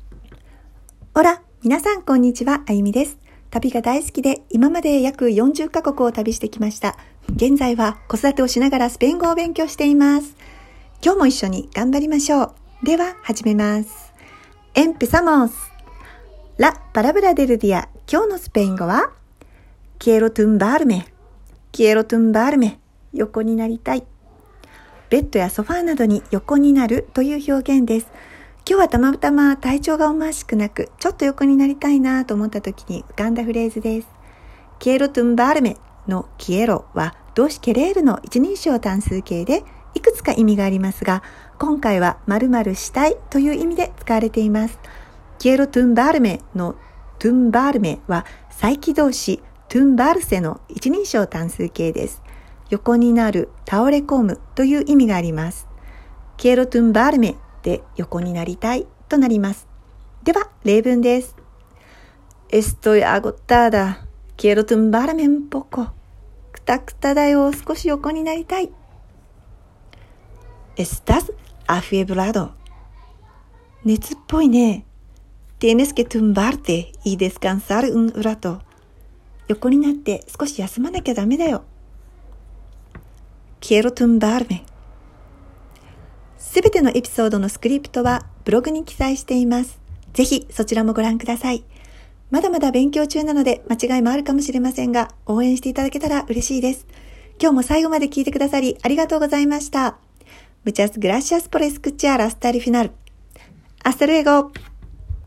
オラ、皆さんこんにちは、あゆみです。旅が大好きで、今まで約40カ国を旅してきました。現在は子育てをしながらスペイン語を勉強しています。今日も一緒に頑張りましょう。では、始めます。Empezamos! La palabra del día。今日のスペイン語は Quiero tumbarme。Quiero tumbarme。横になりたい。ベッドやソファーなどに横になるという表現です。今日はたまたま体調が思わしくなく、ちょっと横になりたいなと思った時に浮かんだフレーズです。Quiero tumbarme の Quiero は動詞quererの一人称単数形でいくつか意味がありますが、今回は〇〇したいという意味で使われています。Quiero tumbarme の tumbarme は再起動詞 tumbarse の一人称単数形です。横になる、倒れ込むという意味があります。Quiero tumbarmeで横になりたいとなります。では例文です。Estoy agotada. Quiero tumbarme un poco. くたくただよ、少し横になりたい。Estás afiebrado. 熱っぽいね。Tienes que tumbarte y descansar un rato. 横になって少し休まなきゃダメだよ。Quiero tumbarme。すべてのエピソードのスクリプトはブログに記載しています。ぜひそちらもご覧ください。まだまだ勉強中なので間違いもあるかもしれませんが、応援していただけたら嬉しいです。今日も最後まで聞いてくださりありがとうございました。Muchas gracias por escuchar hasta el final. Hasta luego.